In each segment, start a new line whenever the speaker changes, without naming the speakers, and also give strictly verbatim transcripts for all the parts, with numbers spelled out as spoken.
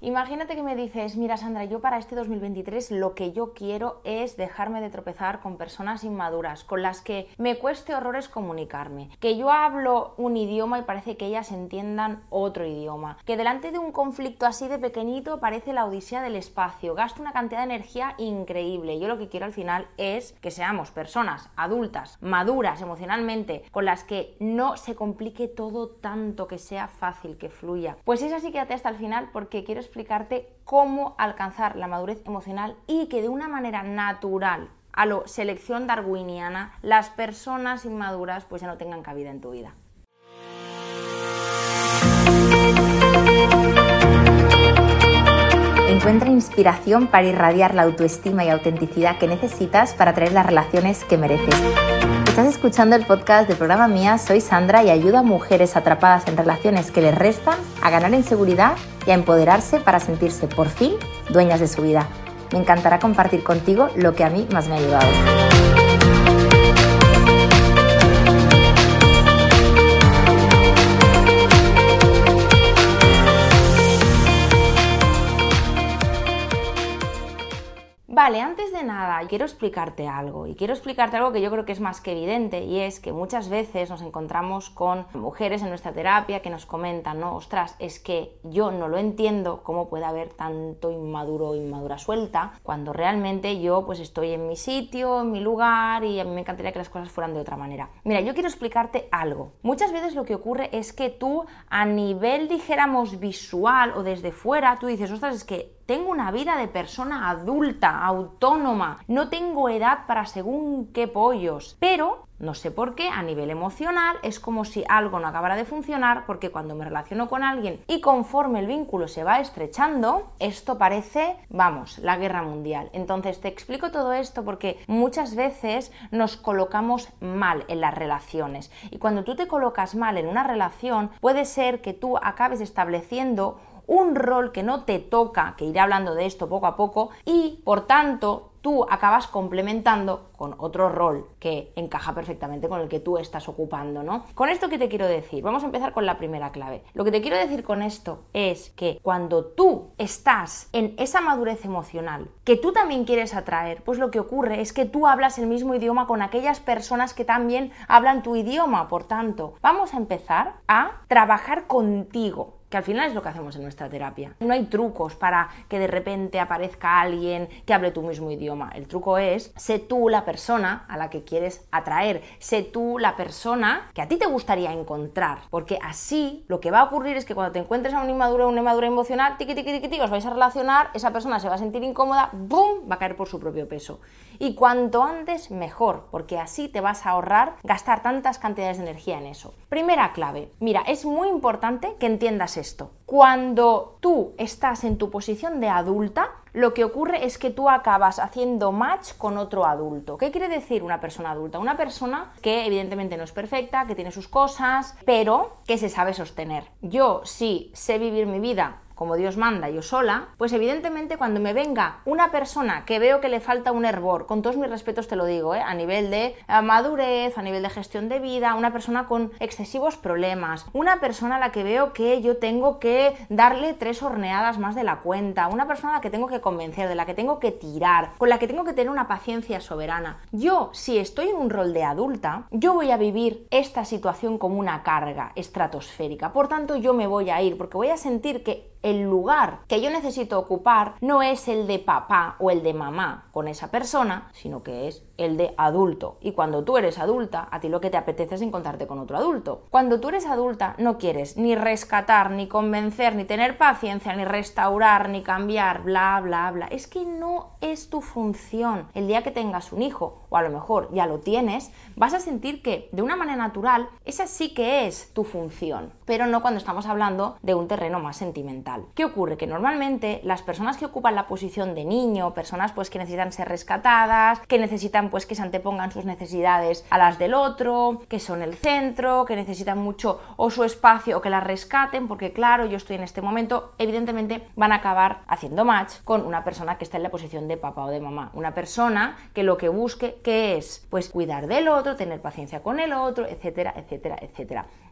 Imagínate que me dices, mira Sandra, yo para este dos mil veintitrés lo que yo quiero es dejarme de tropezar con personas inmaduras, con las que me cueste horrores comunicarme, que yo hablo un idioma y parece que ellas entiendan otro idioma, que delante de un conflicto así de pequeñito parece la odisea del espacio, gasto una cantidad de energía increíble. Yo lo que quiero al final es que seamos personas adultas, maduras emocionalmente, con las que no se complique todo tanto, que sea fácil, que fluya. Pues es así, quédate hasta el final porque quiero explicarte cómo alcanzar la madurez emocional y que de una manera natural, a lo selección darwiniana, las personas inmaduras pues ya no tengan cabida en tu vida.
Encuentra inspiración para irradiar la autoestima y autenticidad que necesitas para atraer las relaciones que mereces. Estás escuchando el podcast de Programa Mía, soy Sandra y ayudo a mujeres atrapadas en relaciones que les restan a ganar en seguridad y a empoderarse para sentirse por fin dueñas de su vida. Me encantará compartir contigo lo que a mí más me ha ayudado.
Vale, antes de nada quiero explicarte algo y quiero explicarte algo que yo creo que es más que evidente, y es que muchas veces nos encontramos con mujeres en nuestra terapia que nos comentan, no, ostras, es que yo no lo entiendo cómo puede haber tanto inmaduro o inmadura suelta cuando realmente yo pues estoy en mi sitio, en mi lugar, y a mí me encantaría que las cosas fueran de otra manera. Mira, yo quiero explicarte algo. Muchas veces lo que ocurre es que tú a nivel, dijéramos, visual o desde fuera, tú dices, ostras, es que tengo una vida de persona adulta, autónoma, no tengo edad para según qué pollos, pero no sé por qué, a nivel emocional es como si algo no acabara de funcionar, porque cuando me relaciono con alguien y conforme el vínculo se va estrechando, esto parece, vamos, la guerra mundial. Entonces te explico todo esto porque muchas veces nos colocamos mal en las relaciones, y cuando tú te colocas mal en una relación puede ser que tú acabes estableciendo un rol que no te toca, que iré hablando de esto poco a poco, y por tanto tú acabas complementando con otro rol que encaja perfectamente con el que tú estás ocupando, ¿no? Con esto, ¿qué te quiero decir? Vamos a empezar con la primera clave. Lo que te quiero decir con esto es que cuando tú estás en esa madurez emocional que tú también quieres atraer, pues lo que ocurre es que tú hablas el mismo idioma con aquellas personas que también hablan tu idioma. Por tanto, vamos a empezar a trabajar contigo, que al final es lo que hacemos en nuestra terapia. No hay trucos para que de repente aparezca alguien que hable tu mismo idioma. El truco es, sé tú la persona a la que quieres atraer, sé tú la persona que a ti te gustaría encontrar, porque así lo que va a ocurrir es que cuando te encuentres a un inmaduro o una inmadura emocional, tiqui, tiqui, tiqui, tiqui, os vais a relacionar, esa persona se va a sentir incómoda, ¡boom!, va a caer por su propio peso. Y cuanto antes, mejor, porque así te vas a ahorrar gastar tantas cantidades de energía en eso. Primera clave, mira, es muy importante que entiendas esto. Cuando tú estás en tu posición de adulta, lo que ocurre es que tú acabas haciendo match con otro adulto. ¿Qué quiere decir una persona adulta? Una persona que evidentemente no es perfecta, que tiene sus cosas, pero que se sabe sostener. Yo sí sé vivir mi vida como Dios manda, yo sola, pues evidentemente cuando me venga una persona que veo que le falta un hervor, con todos mis respetos te lo digo, ¿eh? a nivel de eh, madurez, a nivel de gestión de vida, una persona con excesivos problemas, una persona a la que veo que yo tengo que darle tres horneadas más de la cuenta, una persona a la que tengo que convencer, de la que tengo que tirar, con la que tengo que tener una paciencia soberana. Yo, si estoy en un rol de adulta, yo voy a vivir esta situación como una carga estratosférica, por tanto yo me voy a ir, porque voy a sentir que el lugar que yo necesito ocupar no es el de papá o el de mamá con esa persona, sino que es el de adulto. Y cuando tú eres adulta, a ti lo que te apetece es encontrarte con otro adulto. Cuando tú eres adulta, no quieres ni rescatar, ni convencer, ni tener paciencia, ni restaurar, ni cambiar, bla, bla, bla. Es que no es tu función. El día que tengas un hijo, o a lo mejor ya lo tienes, vas a sentir que de una manera natural esa sí que es tu función, pero no cuando estamos hablando de un terreno más sentimental. ¿Qué ocurre? Que normalmente las personas que ocupan la posición de niño, personas pues que necesitan ser rescatadas, que necesitan pues que se antepongan sus necesidades a las del otro, que son el centro, que necesitan mucho o su espacio o que las rescaten, porque claro, yo estoy en este momento, evidentemente van a acabar haciendo match con una persona que está en la posición de papá o de mamá, una persona que lo que busque, ¿qué es? Pues cuidar del otro, tener paciencia con el otro, etcétera, etcétera, etcétera.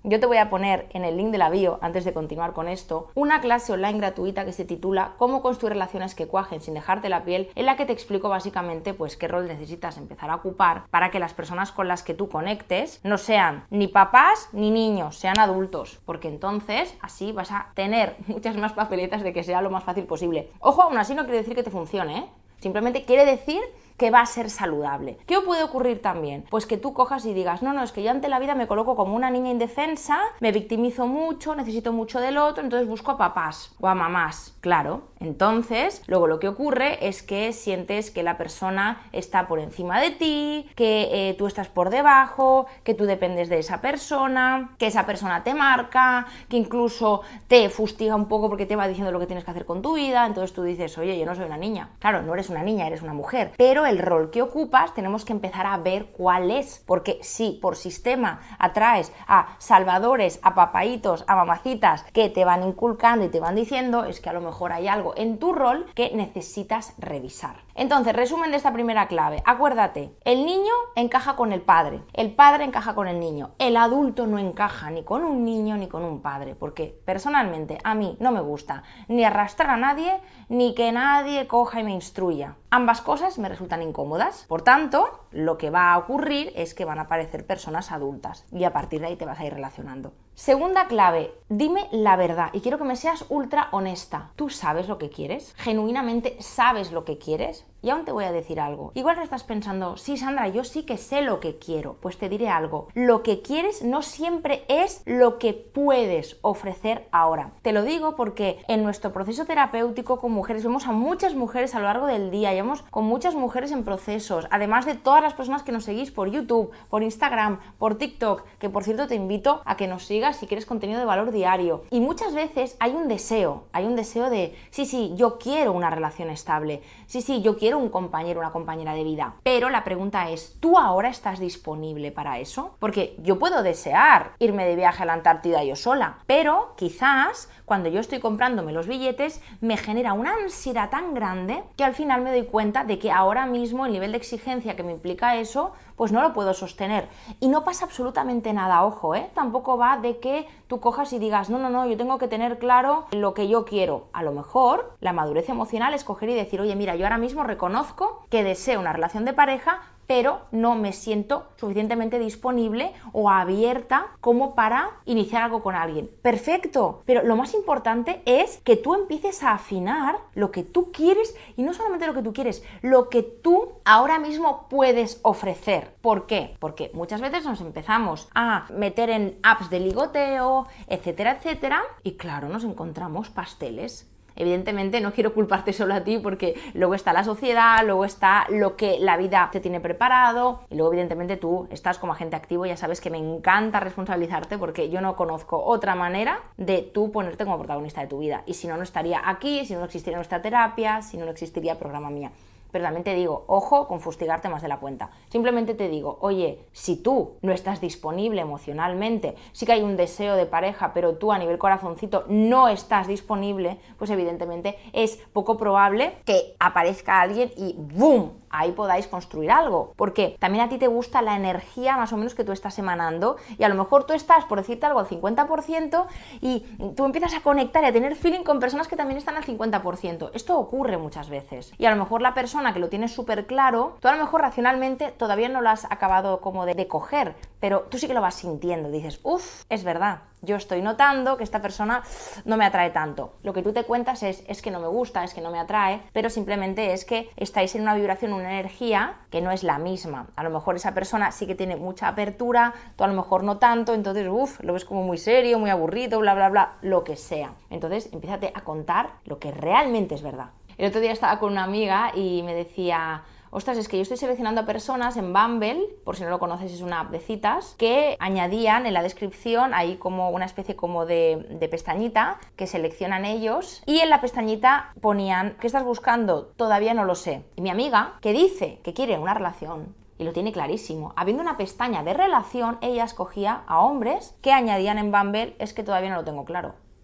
Yo te voy a poner en el link de la bio, antes de continuar con esto, una clase online gratuita que se titula Cómo construir relaciones que cuajen sin dejarte la piel, en la que te explico básicamente pues qué rol necesitas empezar a ocupar para que las personas con las que tú conectes no sean ni papás ni niños, sean adultos, porque entonces así vas a tener muchas más papeletas de que sea lo más fácil posible. Ojo, aún así no quiere decir que te funcione, ¿eh? Simplemente quiere decir que va a ser saludable. ¿Qué puede ocurrir también? Pues que tú cojas y digas, no, no, es que yo ante la vida me coloco como una niña indefensa, me victimizo mucho, necesito mucho del otro, entonces busco a papás o a mamás. Claro, entonces luego lo que ocurre es que sientes que la persona está por encima de ti, que eh, tú estás por debajo, que tú dependes de esa persona, que esa persona te marca, que incluso te fustiga un poco porque te va diciendo lo que tienes que hacer con tu vida, entonces tú dices, oye, yo no soy una niña. Claro, no eres una niña, eres una mujer, pero el rol que ocupas tenemos que empezar a ver cuál es, porque si por sistema atraes a salvadores, a papaitos, a mamacitas que te van inculcando y te van diciendo, es que a lo mejor hay algo en tu rol que necesitas revisar. Entonces, resumen de esta primera clave, acuérdate, el niño encaja con el padre, el padre encaja con el niño, el adulto no encaja ni con un niño ni con un padre, porque personalmente a mí no me gusta ni arrastrar a nadie, ni que nadie coja y me instruya. Ambas cosas me resultan incómodas, por tanto, lo que va a ocurrir es que van a aparecer personas adultas y a partir de ahí te vas a ir relacionando. Segunda clave, dime la verdad y quiero que me seas ultra honesta. ¿Tú sabes lo que quieres? ¿Genuinamente sabes lo que quieres? Y aún te voy a decir algo. Igual que estás pensando, sí, Sandra, yo sí que sé lo que quiero. Pues te diré algo. Lo que quieres no siempre es lo que puedes ofrecer ahora. Te lo digo porque en nuestro proceso terapéutico con mujeres vemos a muchas mujeres a lo largo del día, llevamos con muchas mujeres en procesos, además de todas las personas que nos seguís por YouTube, por Instagram, por TikTok, que por cierto te invito a que nos sigas si quieres contenido de valor diario. Y muchas veces hay un deseo, hay un deseo de, sí, sí, yo quiero una relación estable, sí, sí, yo quiero un compañero, una compañera de vida, pero la pregunta es, ¿tú ahora estás disponible para eso? Porque yo puedo desear irme de viaje a la Antártida yo sola, pero quizás cuando yo estoy comprándome los billetes me genera una ansiedad tan grande que al final me doy cuenta de que ahora mismo el nivel de exigencia que me implica eso pues no lo puedo sostener. Y no pasa absolutamente nada, ojo, ¿eh? Tampoco va de que tú cojas y digas, no, no, no, yo tengo que tener claro lo que yo quiero. A lo mejor la madurez emocional es coger y decir, oye, mira, yo ahora mismo reconozco que deseo una relación de pareja, pero no me siento suficientemente disponible o abierta como para iniciar algo con alguien. Perfecto, pero lo más importante es que tú empieces a afinar lo que tú quieres y no solamente lo que tú quieres, lo que tú ahora mismo puedes ofrecer. ¿Por qué? Porque muchas veces nos empezamos a meter en apps de ligoteo, etcétera, etcétera, y claro, nos encontramos pasteles. Evidentemente no quiero culparte solo a ti porque luego está la sociedad, luego está lo que la vida te tiene preparado y luego evidentemente tú estás como agente activo, ya sabes que me encanta responsabilizarte porque yo no conozco otra manera de tú ponerte como protagonista de tu vida y si no, no estaría aquí, si no, no existiría nuestra terapia, si no, no existiría programa mía. Pero también te digo, ojo con fustigarte más de la cuenta. Simplemente te digo, oye, si tú no estás disponible emocionalmente, sí que hay un deseo de pareja, pero tú a nivel corazoncito no estás disponible, pues evidentemente es poco probable que aparezca alguien y ¡boom! Ahí podáis construir algo, porque también a ti te gusta la energía más o menos que tú estás emanando y a lo mejor tú estás, por decirte algo, al cincuenta por ciento y tú empiezas a conectar y a tener feeling con personas que también están al cincuenta por ciento. Esto ocurre muchas veces y a lo mejor la persona que lo tienes súper claro, tú a lo mejor racionalmente todavía no lo has acabado como de, de coger, pero tú sí que lo vas sintiendo, dices, uff, es verdad. Yo estoy notando que esta persona no me atrae tanto. Lo que tú te cuentas es, es que no me gusta, es que no me atrae, pero simplemente es que estáis en una vibración, una energía que no es la misma. A lo mejor esa persona sí que tiene mucha apertura, tú a lo mejor no tanto, entonces uff, lo ves como muy serio, muy aburrido, bla, bla, bla, lo que sea. Entonces, empiézate a contar lo que realmente es verdad. El otro día estaba con una amiga y me decía, ostras, es que yo estoy seleccionando a personas en Bumble, por si no lo conoces es una app de citas, que añadían en la descripción ahí como una especie como de, de pestañita que seleccionan ellos y en la pestañita ponían, ¿qué estás buscando? Todavía no lo sé. Y mi amiga, que dice que quiere una relación, y lo tiene clarísimo, habiendo una pestaña de relación, ella escogía a hombres que añadían en Bumble, es que todavía no lo tengo claro.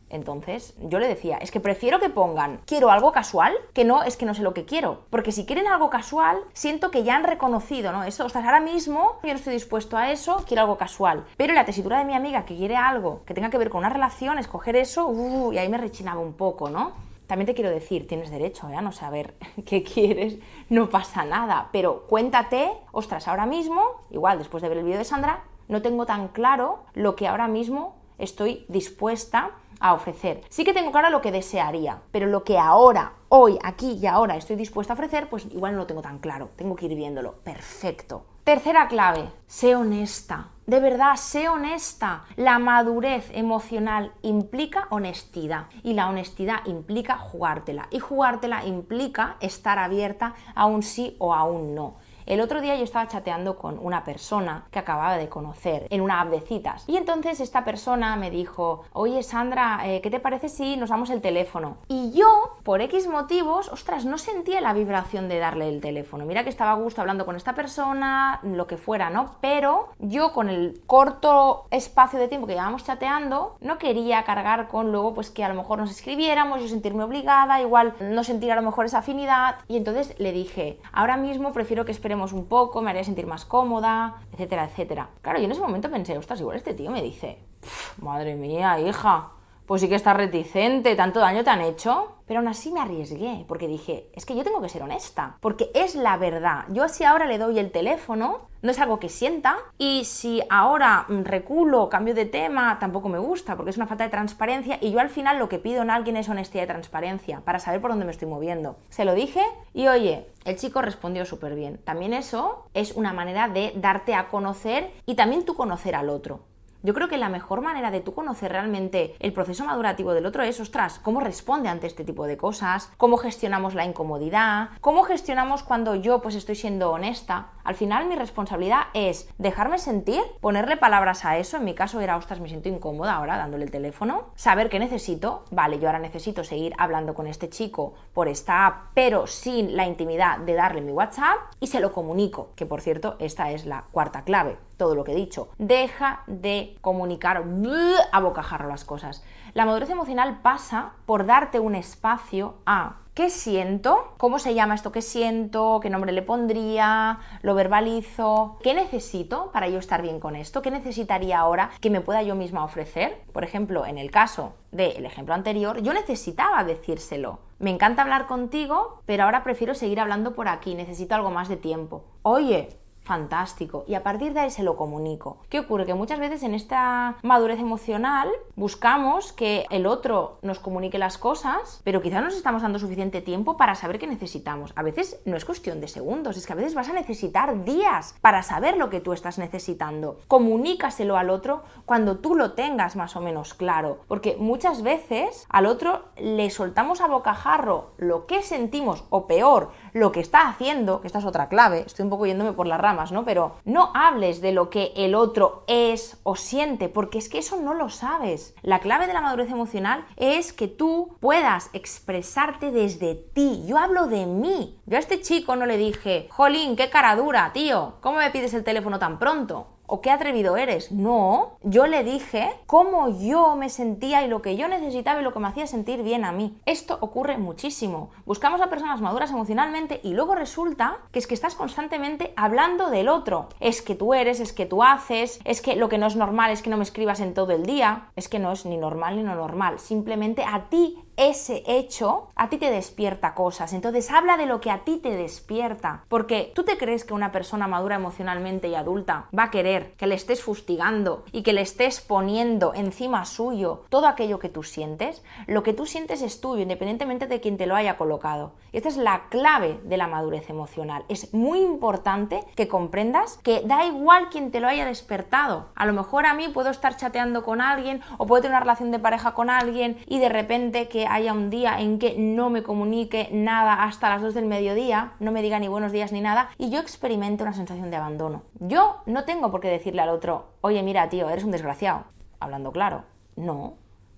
Entonces yo le decía, es que prefiero que pongan quiero algo casual, que no es que no sé lo que quiero. Porque si quieren algo casual, siento que ya han reconocido, ¿no? Esto, ostras, ahora mismo yo no estoy dispuesto a eso, quiero algo casual. Pero en la tesitura de mi amiga que quiere algo que tenga que ver con una relación, escoger eso, uh, y ahí me rechinaba un poco, ¿no? También te quiero decir, tienes derecho ¿eh? a no saber qué quieres, no pasa nada. Pero cuéntate, ostras, ahora mismo, igual después de ver el vídeo de Sandra, no tengo tan claro lo que ahora mismo estoy dispuesta a ofrecer. Sí que tengo claro lo que desearía, pero lo que ahora, hoy, aquí y ahora estoy dispuesta a ofrecer, pues igual no lo tengo tan claro. Tengo que ir viéndolo. Perfecto. Tercera clave, sé honesta. De verdad, sé honesta. La madurez emocional implica honestidad y la honestidad implica jugártela. Y jugártela implica estar abierta a un sí o a un no. El otro día yo estaba chateando con una persona que acababa de conocer en una app de citas y entonces esta persona me dijo, oye Sandra, eh, ¿qué te parece si nos damos el teléfono? Y yo, por X motivos, ostras, no sentía la vibración de darle el teléfono. Mira que estaba a gusto hablando con esta persona, lo que fuera, ¿no? Pero yo con el corto espacio de tiempo que llevábamos chateando, no quería cargar con luego pues que a lo mejor nos escribiéramos, yo sentirme obligada, igual no sentir a lo mejor esa afinidad y entonces le dije, ahora mismo prefiero que esperemos un poco, me haría sentir más cómoda, etcétera, etcétera. Claro, yo en ese momento pensé, ostras, igual este tío me dice, madre mía, hija, pues sí que estás reticente, tanto daño te han hecho. Pero aún así me arriesgué, porque dije, es que yo tengo que ser honesta, porque es la verdad. Yo si ahora le doy el teléfono, no es algo que sienta, y si ahora reculo, cambio de tema, tampoco me gusta, porque es una falta de transparencia, y yo al final lo que pido en alguien es honestidad y transparencia, para saber por dónde me estoy moviendo. Se lo dije, y oye, el chico respondió súper bien. También eso es una manera de darte a conocer, y también tú conocer al otro. Yo creo que la mejor manera de tú conocer realmente el proceso madurativo del otro es, ostras, cómo responde ante este tipo de cosas, cómo gestionamos la incomodidad, cómo gestionamos cuando yo pues estoy siendo honesta. Al final mi responsabilidad es dejarme sentir, ponerle palabras a eso, en mi caso era, ostras, me siento incómoda ahora dándole el teléfono, saber qué necesito, vale, yo ahora necesito seguir hablando con este chico por esta app, pero sin la intimidad de darle mi WhatsApp y se lo comunico, que por cierto, esta es la cuarta clave. Todo lo que he dicho, deja de comunicar a bocajarro las cosas. La madurez emocional pasa por darte un espacio a ¿qué siento? ¿Cómo se llama esto que siento? ¿Qué nombre le pondría? ¿Lo verbalizo? ¿Qué necesito para yo estar bien con esto? ¿Qué necesitaría ahora que me pueda yo misma ofrecer? Por ejemplo, en el caso del ejemplo anterior, yo necesitaba decírselo. Me encanta hablar contigo, pero ahora prefiero seguir hablando por aquí, necesito algo más de tiempo. Oye, fantástico, y a partir de ahí se lo comunico. ¿Qué ocurre? Que muchas veces en esta madurez emocional buscamos que el otro nos comunique las cosas, pero quizás no nos estamos dando suficiente tiempo para saber qué necesitamos. A veces no es cuestión de segundos, es que a veces vas a necesitar días para saber lo que tú estás necesitando. Comunícaselo al otro cuando tú lo tengas más o menos claro, porque muchas veces al otro le soltamos a bocajarro lo que sentimos, o peor, lo que está haciendo, que esta es otra clave, estoy un poco yéndome por las ramas, ¿no? Pero no hables de lo que el otro es o siente, porque es que eso no lo sabes. La clave de la madurez emocional es que tú puedas expresarte desde ti. Yo hablo de mí. Yo a este chico no le dije, jolín, qué cara dura, tío, ¿cómo me pides el teléfono tan pronto? ¿O qué atrevido eres? No, yo le dije cómo yo me sentía y lo que yo necesitaba y lo que me hacía sentir bien a mí. Esto ocurre muchísimo. Buscamos a personas maduras emocionalmente y luego resulta que es que estás constantemente hablando del otro. Es que tú eres, es que tú haces, es que lo que no es normal es que no me escribas en todo el día. Es que no es ni normal ni no normal. Simplemente a ti ese hecho a ti te despierta cosas. Entonces habla de lo que a ti te despierta. Porque tú te crees que una persona madura emocionalmente y adulta va a querer que le estés fustigando y que le estés poniendo encima suyo todo aquello que tú sientes. Lo que tú sientes es tuyo, independientemente de quien te lo haya colocado. Y esta es la clave de la madurez emocional. Es muy importante que comprendas que da igual quien te lo haya despertado. A lo mejor a mí puedo estar chateando con alguien o puedo tener una relación de pareja con alguien y de repente que haya un día en que no me comunique nada hasta las dos del mediodía, no me diga ni buenos días ni nada, y yo experimente una sensación de abandono. Yo no tengo por qué decirle al otro, oye, mira, tío, eres un desgraciado, hablando claro. No,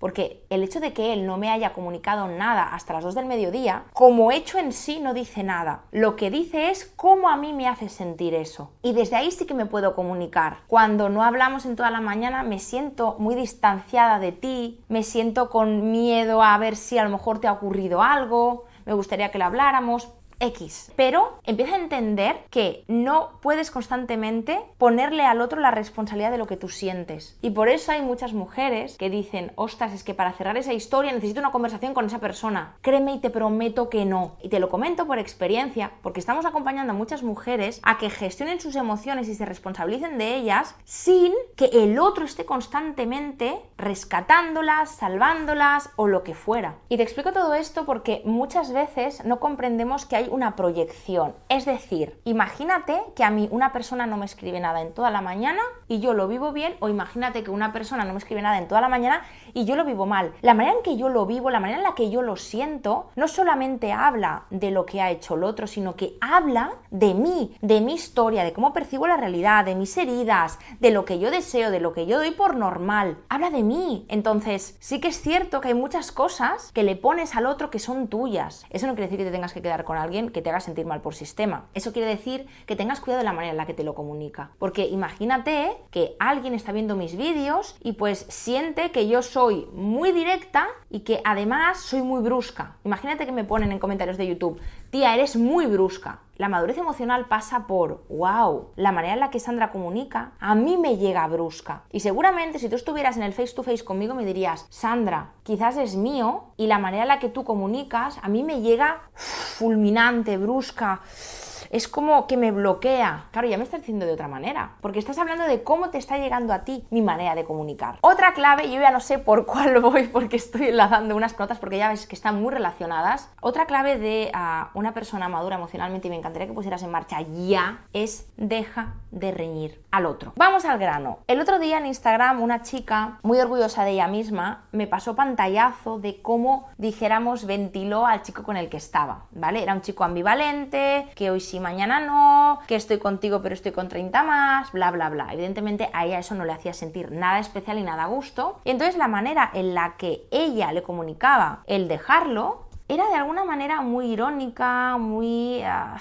porque el hecho de que él no me haya comunicado nada hasta las dos del mediodía, como hecho en sí no dice nada. Lo que dice es cómo a mí me hace sentir eso. Y desde ahí sí que me puedo comunicar. Cuando no hablamos en toda la mañana me siento muy distanciada de ti, me siento con miedo a ver si a lo mejor te ha ocurrido algo, me gustaría que lo habláramos. X. Pero empieza a entender que no puedes constantemente ponerle al otro la responsabilidad de lo que tú sientes. Y por eso hay muchas mujeres que dicen, ostras, es que para cerrar esa historia necesito una conversación con esa persona. Créeme y te prometo que no. Y te lo comento por experiencia, porque estamos acompañando a muchas mujeres a que gestionen sus emociones y se responsabilicen de ellas sin que el otro esté constantemente rescatándolas, salvándolas o lo que fuera. Y te explico todo esto porque muchas veces no comprendemos que hay una proyección. Es decir, imagínate que a mí una persona no me escribe nada en toda la mañana y yo lo vivo bien, o imagínate que una persona no me escribe nada en toda la mañana y yo lo vivo mal. La manera en que yo lo vivo, la manera en la que yo lo siento, no solamente habla de lo que ha hecho el otro, sino que habla de mí, de mi historia, de cómo percibo la realidad, de mis heridas, de lo que yo deseo, de lo que yo doy por normal. Habla de mí. Entonces, sí que es cierto que hay muchas cosas que le pones al otro que son tuyas. Eso no quiere decir que te tengas que quedar con alguien que te haga sentir mal por sistema. Eso quiere decir que tengas cuidado de la manera en la que te lo comunica. Porque imagínate que alguien está viendo mis vídeos y pues siente que yo soy muy directa y que además soy muy brusca. Imagínate que me ponen en comentarios de YouTube, tía, eres muy brusca. La madurez emocional pasa por, wow, la manera en la que Sandra comunica a mí me llega brusca. Y seguramente si tú estuvieras en el face to face conmigo me dirías, Sandra, quizás es mío y la manera en la que tú comunicas a mí me llega fulminante, brusca. Es como que me bloquea. Claro, ya me estás diciendo de otra manera, porque estás hablando de cómo te está llegando a ti mi manera de comunicar. Otra clave, yo ya no sé por cuál voy porque estoy enlazando unas notas porque ya ves que están muy relacionadas. Otra clave de uh, una persona madura emocionalmente, y me encantaría que pusieras en marcha ya, es deja de reñir al otro. Vamos al grano. El otro día en Instagram una chica muy orgullosa de ella misma me pasó pantallazo de cómo, dijéramos, ventiló al chico con el que estaba, ¿vale? Era un chico ambivalente, que hoy sí, mañana no, que estoy contigo pero estoy con treinta más, bla bla bla. Evidentemente a ella eso no le hacía sentir nada especial y nada a gusto, y entonces la manera en la que ella le comunicaba el dejarlo era de alguna manera muy irónica, muy uh,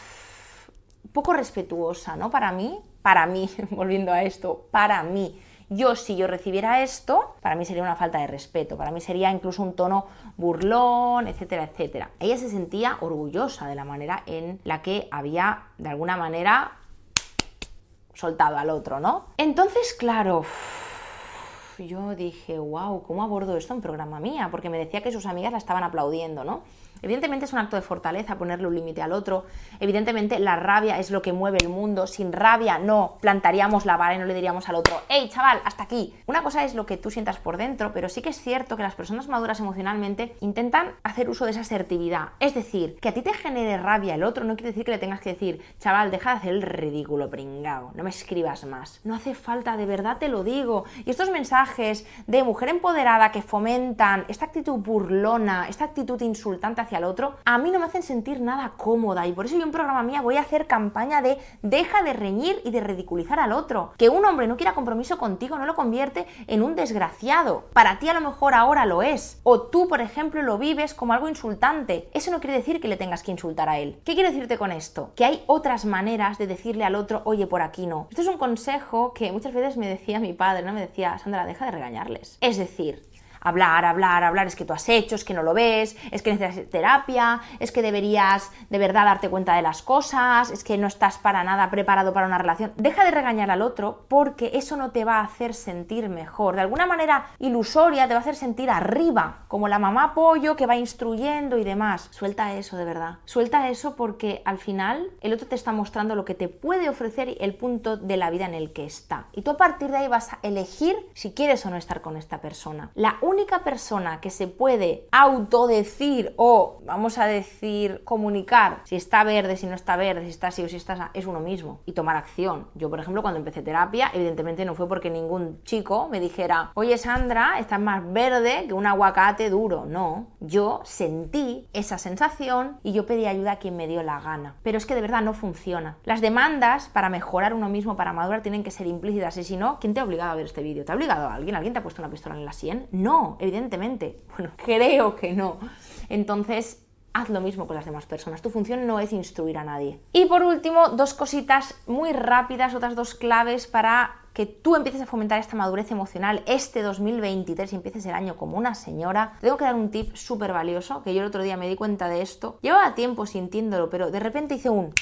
poco respetuosa, ¿no? Para mí, para mí, volviendo a esto, para mí. Yo, si yo recibiera esto, para mí sería una falta de respeto, para mí sería incluso un tono burlón, etcétera, etcétera. Ella se sentía orgullosa de la manera en la que había, de alguna manera, soltado al otro, ¿no? Entonces, claro, yo dije, wow, ¿cómo abordo esto en programa mía? Porque me decía que sus amigas la estaban aplaudiendo, ¿no? Evidentemente es un acto de fortaleza ponerle un límite al otro. Evidentemente la rabia es lo que mueve el mundo. Sin rabia no plantaríamos la vara y no le diríamos al otro, ¡hey, chaval, hasta aquí! Una cosa es lo que tú sientas por dentro, pero sí que es cierto que las personas maduras emocionalmente intentan hacer uso de esa asertividad. Es decir, que a ti te genere rabia el otro no quiere decir que le tengas que decir, chaval, deja de hacer el ridículo, pringao, no me escribas más. No hace falta, de verdad te lo digo. Y estos mensajes de mujer empoderada que fomentan esta actitud burlona, esta actitud insultante hacia al otro, a mí no me hacen sentir nada cómoda, y por eso yo en programa mía voy a hacer campaña de deja de reñir y de ridiculizar al otro. Que un hombre no quiera compromiso contigo no lo convierte en un desgraciado. Para ti a lo mejor ahora lo es, o tú por ejemplo lo vives como algo insultante. Eso no quiere decir que le tengas que insultar a él. ¿Qué quiero decirte con esto? Que hay otras maneras de decirle al otro, oye, por aquí no. Esto es un consejo que muchas veces me decía mi padre, ¿no? Me decía, Sandra, deja de regañarles. Es decir, hablar, hablar, hablar, es que tú has hecho, es que no lo ves, es que necesitas terapia, es que deberías de verdad darte cuenta de las cosas, es que no estás para nada preparado para una relación. Deja de regañar al otro porque eso no te va a hacer sentir mejor. De alguna manera ilusoria te va a hacer sentir arriba, como la mamá pollo que va instruyendo y demás. Suelta eso, de verdad. Suelta eso porque al final el otro te está mostrando lo que te puede ofrecer y el punto de la vida en el que está. Y tú a partir de ahí vas a elegir si quieres o no estar con esta persona. La única persona que se puede autodecir o, vamos a decir, comunicar si está verde, si no está verde, si está así o si está así, es uno mismo y tomar acción. Yo, por ejemplo, cuando empecé terapia, evidentemente no fue porque ningún chico me dijera, oye Sandra, estás más verde que un aguacate duro. No, yo sentí esa sensación y yo pedí ayuda a quien me dio la gana. Pero es que de verdad no funciona. Las demandas para mejorar uno mismo, para madurar, tienen que ser implícitas, y si no, ¿quién te ha obligado a ver este vídeo? ¿Te ha obligado a alguien? ¿Alguien te ha puesto una pistola en la sien? No. no, evidentemente. Bueno, creo que no. Entonces, haz lo mismo con las demás personas. Tu función no es instruir a nadie. Y por último, dos cositas muy rápidas, otras dos claves para que tú empieces a fomentar esta madurez emocional este dos mil veintitrés y empieces el año como una señora. Te tengo que dar un tip súper valioso, que yo el otro día me di cuenta de esto. Llevaba tiempo sintiéndolo, pero de repente hice un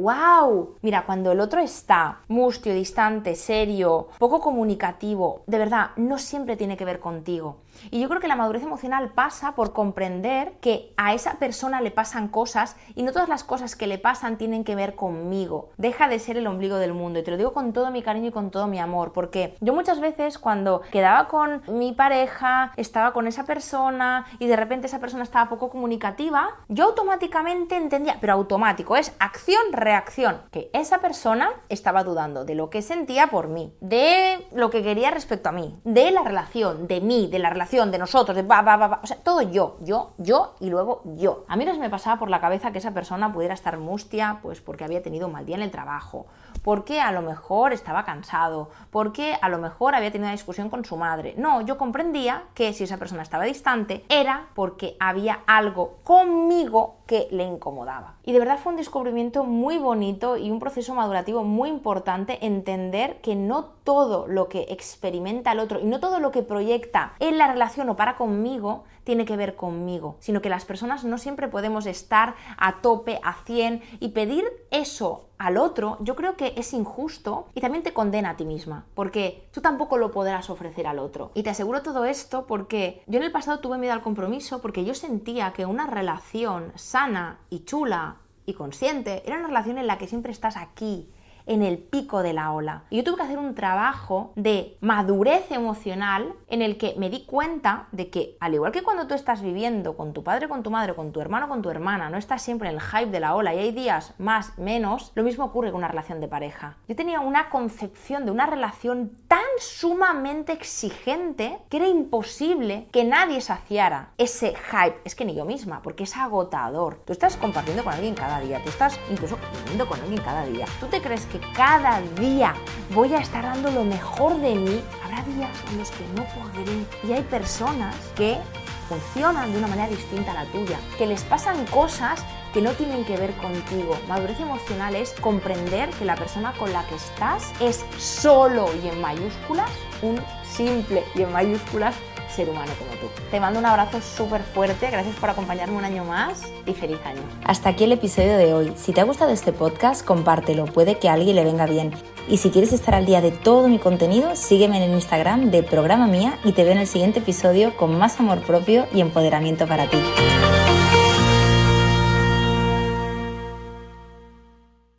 ¡wow! Mira, cuando el otro está mustio, distante, serio, poco comunicativo, de verdad, no siempre tiene que ver contigo. Y yo creo que la madurez emocional pasa por comprender que a esa persona le pasan cosas y no todas las cosas que le pasan tienen que ver conmigo. Deja de ser el ombligo del mundo, y te lo digo con todo mi cariño y con todo mi amor, porque yo muchas veces cuando quedaba con mi pareja, estaba con esa persona y de repente esa persona estaba poco comunicativa, yo automáticamente entendía, pero automático, es acción, reacción, que esa persona estaba dudando de lo que sentía por mí, de lo que quería respecto a mí, de la relación, de mí, de la relación de nosotros, de va, va, va, va, o sea, todo yo, yo, yo y luego yo. A mí no se me pasaba por la cabeza que esa persona pudiera estar mustia, pues porque había tenido un mal día en el trabajo, porque a lo mejor estaba cansado, porque a lo mejor había tenido una discusión con su madre. No, yo comprendía que si esa persona estaba distante era porque había algo conmigo que le incomodaba. Y de verdad fue un descubrimiento muy bonito y un proceso madurativo muy importante entender que no todo lo que experimenta el otro y no todo lo que proyecta en la relación o para conmigo tiene que ver conmigo, sino que las personas no siempre podemos estar a tope, a cien, y pedir eso al otro, yo creo que es injusto y también te condena a ti misma, porque tú tampoco lo podrás ofrecer al otro. Y te aseguro todo esto porque yo en el pasado tuve miedo al compromiso porque yo sentía que una relación sana y chula y consciente era una relación en la que siempre estás aquí, en el pico de la ola. Y yo tuve que hacer un trabajo de madurez emocional en el que me di cuenta de que, al igual que cuando tú estás viviendo con tu padre, con tu madre, con tu hermano, con tu hermana, no estás siempre en el hype de la ola y hay días más, menos, lo mismo ocurre con una relación de pareja. Yo tenía una concepción de una relación tan sumamente exigente que era imposible que nadie saciara ese hype. Es que ni yo misma, porque es agotador. Tú estás compartiendo con alguien cada día, tú estás incluso viviendo con alguien cada día. ¿Tú te crees que cada día voy a estar dando lo mejor de mí? Habrá días en los que no podré. Y hay personas que funcionan de una manera distinta a la tuya, que les pasan cosas que no tienen que ver contigo. Madurez emocional es comprender que la persona con la que estás es solo y en mayúsculas un simple y en mayúsculas ser humano como tú. Te mando un abrazo súper fuerte, gracias por acompañarme un año más y feliz año.
Hasta aquí el episodio de hoy. Si te ha gustado este podcast, compártelo, puede que a alguien le venga bien. Y si quieres estar al día de todo mi contenido, sígueme en el Instagram de Programa Mía y te veo en el siguiente episodio con más amor propio y empoderamiento para ti.